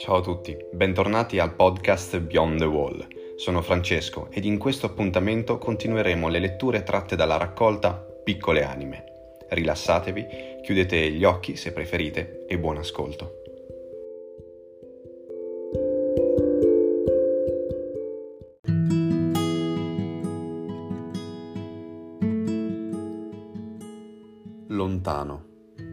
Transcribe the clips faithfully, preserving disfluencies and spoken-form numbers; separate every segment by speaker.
Speaker 1: Ciao a tutti, bentornati al podcast Beyond the Wall. Sono Francesco ed in questo appuntamento continueremo le letture tratte dalla raccolta Piccole Anime. Rilassatevi, chiudete gli occhi se preferite e buon ascolto. Lontano.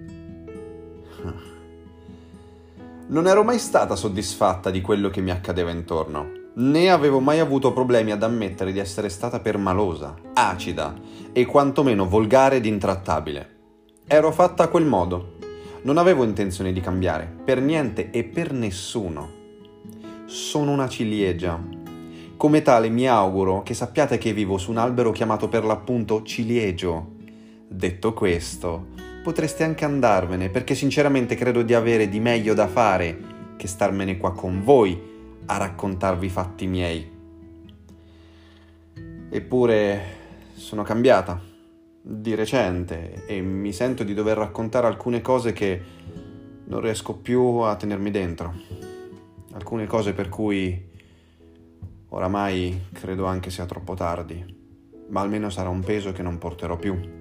Speaker 1: Non ero mai stata soddisfatta di quello che mi accadeva intorno, né avevo mai avuto problemi ad ammettere di essere stata permalosa, acida e quantomeno volgare ed intrattabile. Ero fatta a quel modo. Non avevo intenzione di cambiare, per niente e per nessuno. Sono una ciliegia. Come tale mi auguro che sappiate che vivo su un albero chiamato per l'appunto ciliegio. Detto questo, potreste anche andarvene, perché sinceramente credo di avere di meglio da fare che starmene qua con voi a raccontarvi i fatti miei. Eppure sono cambiata di recente e mi sento di dover raccontare alcune cose che non riesco più a tenermi dentro. Alcune cose per cui oramai credo anche sia troppo tardi, ma almeno sarà un peso che non porterò più.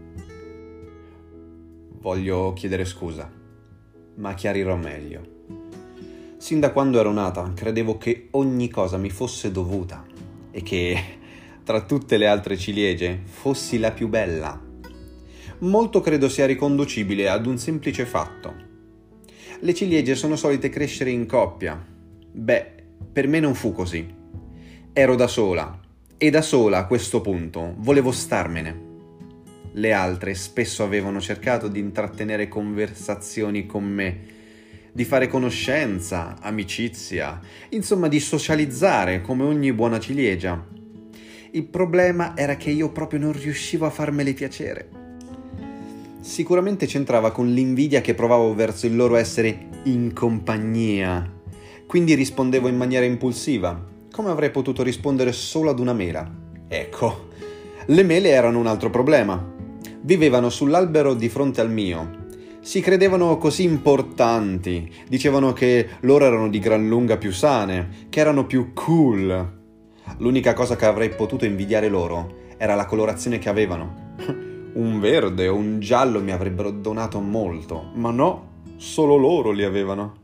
Speaker 1: Voglio chiedere scusa, ma chiarirò meglio. Sin da quando ero nata, credevo che ogni cosa mi fosse dovuta e che, tra tutte le altre ciliegie, fossi la più bella. Molto credo sia riconducibile ad un semplice fatto. Le ciliegie sono solite crescere in coppia. Beh, per me non fu così. Ero da sola, e da sola a questo punto volevo starmene. Le altre spesso avevano cercato di intrattenere conversazioni con me, di fare conoscenza, amicizia, insomma di socializzare come ogni buona ciliegia. Il problema era che io proprio non riuscivo a farmele piacere. Sicuramente c'entrava con l'invidia che provavo verso il loro essere in compagnia, quindi rispondevo in maniera impulsiva, come avrei potuto rispondere solo ad una mela. Ecco, le mele erano un altro problema. Vivevano sull'albero di fronte al mio. Si credevano così importanti, dicevano che loro erano di gran lunga più sane, che erano più cool. L'unica cosa che avrei potuto invidiare loro era la colorazione che avevano. Un verde o un giallo mi avrebbero donato molto, ma no, solo loro li avevano.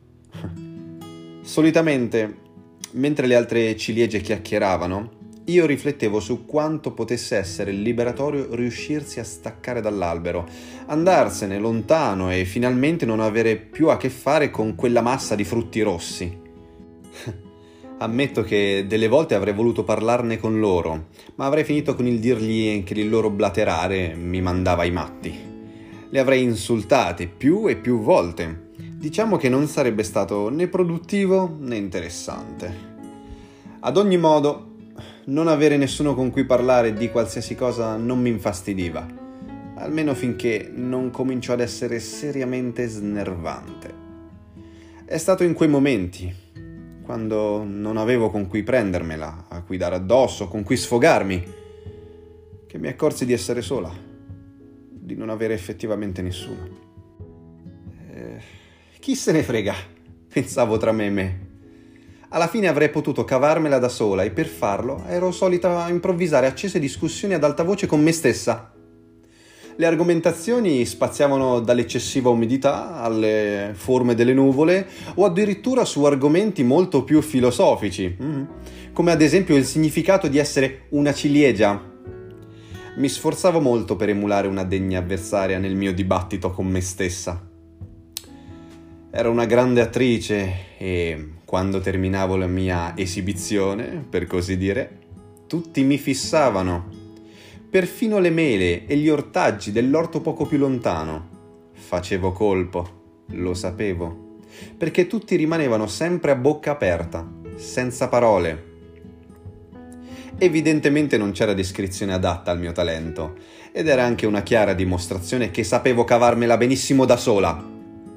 Speaker 1: Solitamente, mentre le altre ciliegie chiacchieravano, io riflettevo su quanto potesse essere liberatorio riuscirsi a staccare dall'albero, andarsene lontano e finalmente non avere più a che fare con quella massa di frutti rossi. Ammetto che delle volte avrei voluto parlarne con loro, ma avrei finito con il dirgli che il loro blaterare mi mandava ai matti. Le avrei insultate più e più volte. Diciamo che non sarebbe stato né produttivo né interessante. Ad ogni modo, non avere nessuno con cui parlare di qualsiasi cosa non mi infastidiva, almeno finché non cominciò ad essere seriamente snervante. È stato in quei momenti, quando non avevo con cui prendermela, a cui dare addosso, con cui sfogarmi, che mi accorsi di essere sola, di non avere effettivamente nessuno. Eh, chi se ne frega, pensavo tra me e me. Alla fine avrei potuto cavarmela da sola e per farlo ero solita improvvisare accese discussioni ad alta voce con me stessa. Le argomentazioni spaziavano dall'eccessiva umidità alle forme delle nuvole o addirittura su argomenti molto più filosofici, come ad esempio il significato di essere una ciliegia. Mi sforzavo molto per emulare una degna avversaria nel mio dibattito con me stessa. Ero una grande attrice e, quando terminavo la mia esibizione, per così dire, tutti mi fissavano. Perfino le mele e gli ortaggi dell'orto poco più lontano. Facevo colpo, lo sapevo, perché tutti rimanevano sempre a bocca aperta, senza parole. Evidentemente non c'era descrizione adatta al mio talento, ed era anche una chiara dimostrazione che sapevo cavarmela benissimo da sola.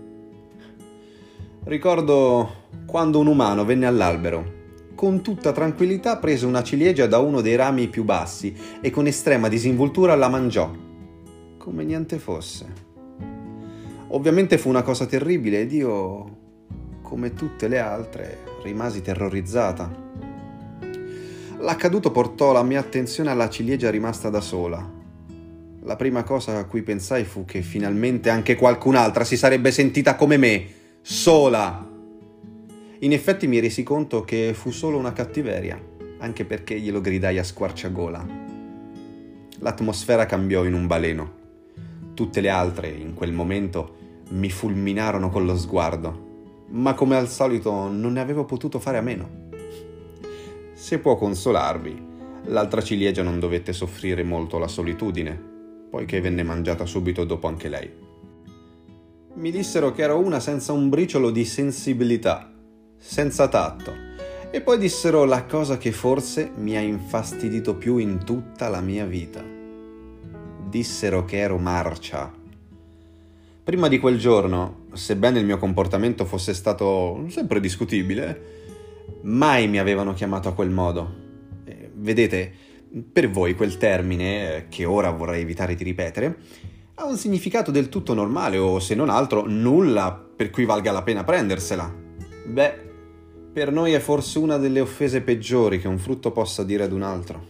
Speaker 1: Ricordo quando un umano venne all'albero. Con tutta tranquillità prese una ciliegia da uno dei rami più bassi e con estrema disinvoltura la mangiò, come niente fosse. Ovviamente fu una cosa terribile ed io come tutte le altre, rimasi terrorizzata. L'accaduto portò la mia attenzione alla ciliegia rimasta da sola. La prima cosa a cui pensai fu che finalmente anche qualcun'altra si sarebbe sentita come me, sola. In effetti mi resi conto che fu solo una cattiveria, anche perché glielo gridai a squarciagola. L'atmosfera cambiò in un baleno. Tutte le altre, in quel momento, mi fulminarono con lo sguardo, ma come al solito non ne avevo potuto fare a meno. Se può consolarvi, l'altra ciliegia non dovette soffrire molto la solitudine, poiché venne mangiata subito dopo anche lei. Mi dissero che ero una senza un briciolo di sensibilità, senza tatto, e poi dissero la cosa che forse mi ha infastidito più in tutta la mia vita. Dissero che ero marcia. Prima di quel giorno, sebbene il mio comportamento fosse stato sempre discutibile, mai mi avevano chiamato a quel modo. Eh, vedete, per voi quel termine, che ora vorrei evitare di ripetere, ha un significato del tutto normale o, se non altro, nulla per cui valga la pena prendersela. Beh, per noi è forse una delle offese peggiori che un frutto possa dire ad un altro.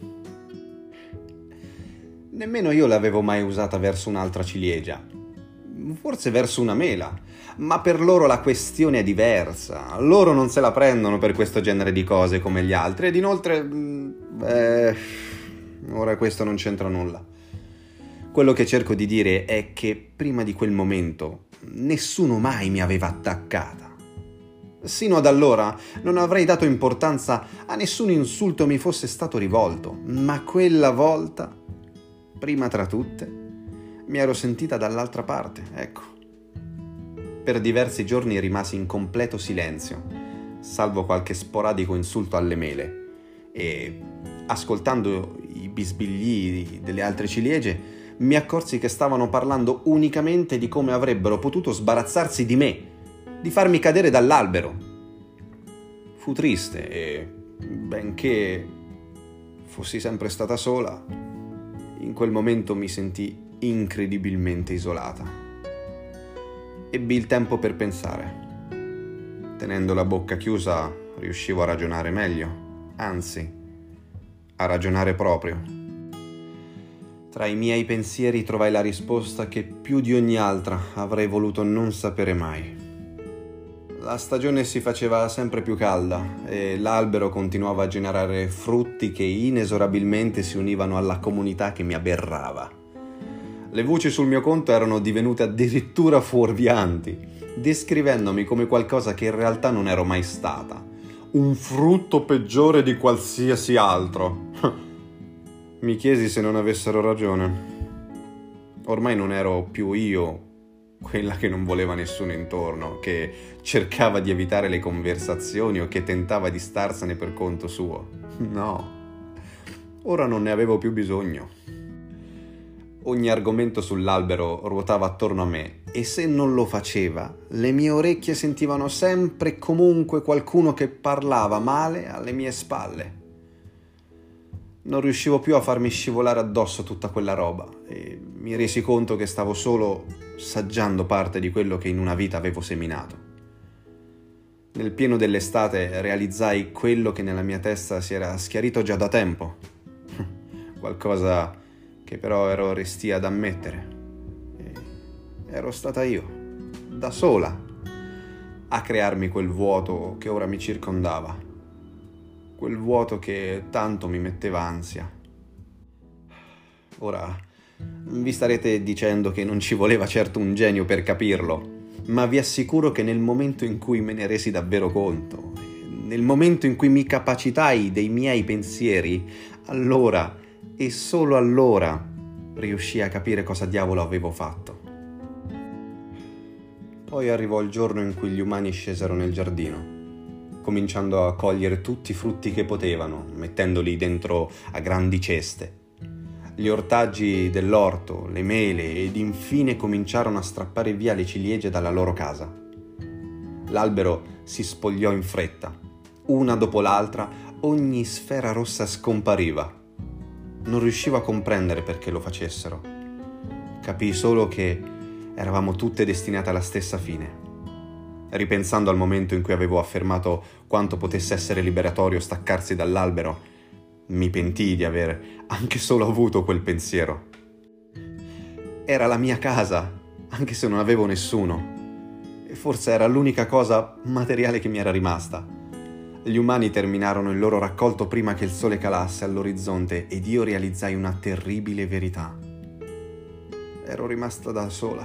Speaker 1: Nemmeno io l'avevo mai usata verso un'altra ciliegia, forse verso una mela, ma per loro la questione è diversa. Loro non se la prendono per questo genere di cose come gli altri ed inoltre, beh, ora questo non c'entra nulla. Quello che cerco di dire è che prima di quel momento nessuno mai mi aveva attaccata. Sino ad allora non avrei dato importanza a nessun insulto mi fosse stato rivolto, ma quella volta, prima tra tutte, mi ero sentita dall'altra parte, ecco. Per diversi giorni rimasi in completo silenzio, salvo qualche sporadico insulto alle mele, e, ascoltando i bisbigli delle altre ciliegie, mi accorsi che stavano parlando unicamente di come avrebbero potuto sbarazzarsi di me, di farmi cadere dall'albero. Fu triste e, benché fossi sempre stata sola, in quel momento mi sentii incredibilmente isolata. Ebbi il tempo per pensare. Tenendo la bocca chiusa riuscivo a ragionare meglio, anzi, a ragionare proprio. Tra i miei pensieri trovai la risposta che più di ogni altra avrei voluto non sapere mai. La stagione si faceva sempre più calda e l'albero continuava a generare frutti che inesorabilmente si univano alla comunità che mi aberrava. Le voci sul mio conto erano divenute addirittura fuorvianti, descrivendomi come qualcosa che in realtà non ero mai stata. Un frutto peggiore di qualsiasi altro. Mi chiesi se non avessero ragione. Ormai non ero più io quella che non voleva nessuno intorno, che cercava di evitare le conversazioni o che tentava di starsene per conto suo. No, ora non ne avevo più bisogno. Ogni argomento sull'albero ruotava attorno a me e se non lo faceva, le mie orecchie sentivano sempre e comunque qualcuno che parlava male alle mie spalle. Non riuscivo più a farmi scivolare addosso tutta quella roba e mi resi conto che stavo solo saggiando parte di quello che in una vita avevo seminato. Nel pieno dell'estate realizzai quello che nella mia testa si era schiarito già da tempo. Qualcosa che però ero restia ad ammettere. E ero stata io, da sola, a crearmi quel vuoto che ora mi circondava. Quel vuoto che tanto mi metteva ansia. Ora, vi starete dicendo che non ci voleva certo un genio per capirlo, ma vi assicuro che nel momento in cui me ne resi davvero conto, nel momento in cui mi capacitai dei miei pensieri, allora e solo allora riuscii a capire cosa diavolo avevo fatto. Poi arrivò il giorno in cui gli umani scesero nel giardino, cominciando a cogliere tutti i frutti che potevano, mettendoli dentro a grandi ceste. Gli ortaggi dell'orto, le mele ed infine cominciarono a strappare via le ciliegie dalla loro casa. L'albero si spogliò in fretta. Una dopo l'altra, ogni sfera rossa scompariva. Non riuscivo a comprendere perché lo facessero. Capii solo che eravamo tutte destinate alla stessa fine. Ripensando al momento in cui avevo affermato quanto potesse essere liberatorio staccarsi dall'albero, mi pentii di aver anche solo avuto quel pensiero. Era la mia casa, anche se non avevo nessuno, e forse era l'unica cosa materiale che mi era rimasta. Gli umani terminarono il loro raccolto prima che il sole calasse all'orizzonte ed io realizzai una terribile verità. Ero rimasta da sola.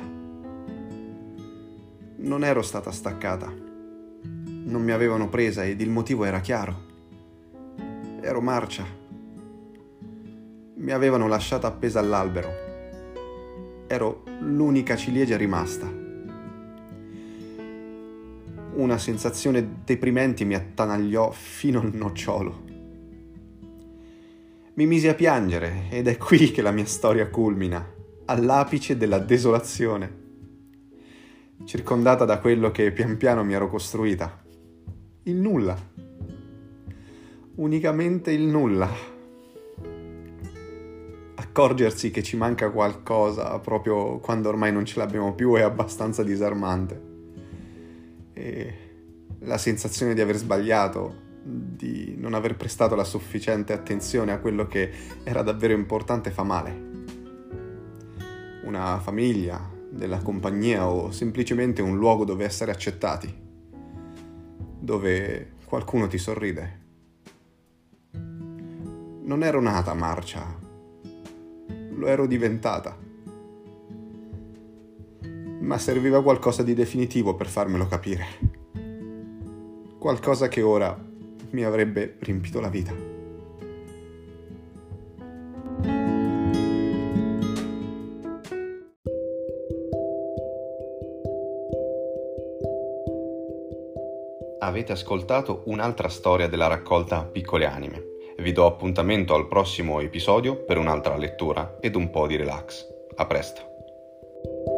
Speaker 1: Non ero stata staccata. Non mi avevano presa ed il motivo era chiaro. Ero marcia. Mi avevano lasciata appesa all'albero. Ero l'unica ciliegia rimasta. Una sensazione deprimente mi attanagliò fino al nocciolo. Mi misi a piangere ed è qui che la mia storia culmina, all'apice della desolazione, circondata da quello che pian piano mi ero costruita. Il nulla. Unicamente il nulla. Accorgersi che ci manca qualcosa proprio quando ormai non ce l'abbiamo più è abbastanza disarmante. E la sensazione di aver sbagliato, di non aver prestato la sufficiente attenzione a quello che era davvero importante fa male. Una famiglia, della compagnia o semplicemente un luogo dove essere accettati, dove qualcuno ti sorride. Non ero nata marcia, lo ero diventata. Ma serviva qualcosa di definitivo per farmelo capire. Qualcosa che ora mi avrebbe riempito la vita. Avete ascoltato un'altra storia della raccolta Piccole Anime. Vi do appuntamento al prossimo episodio per un'altra lettura ed un po' di relax. A presto.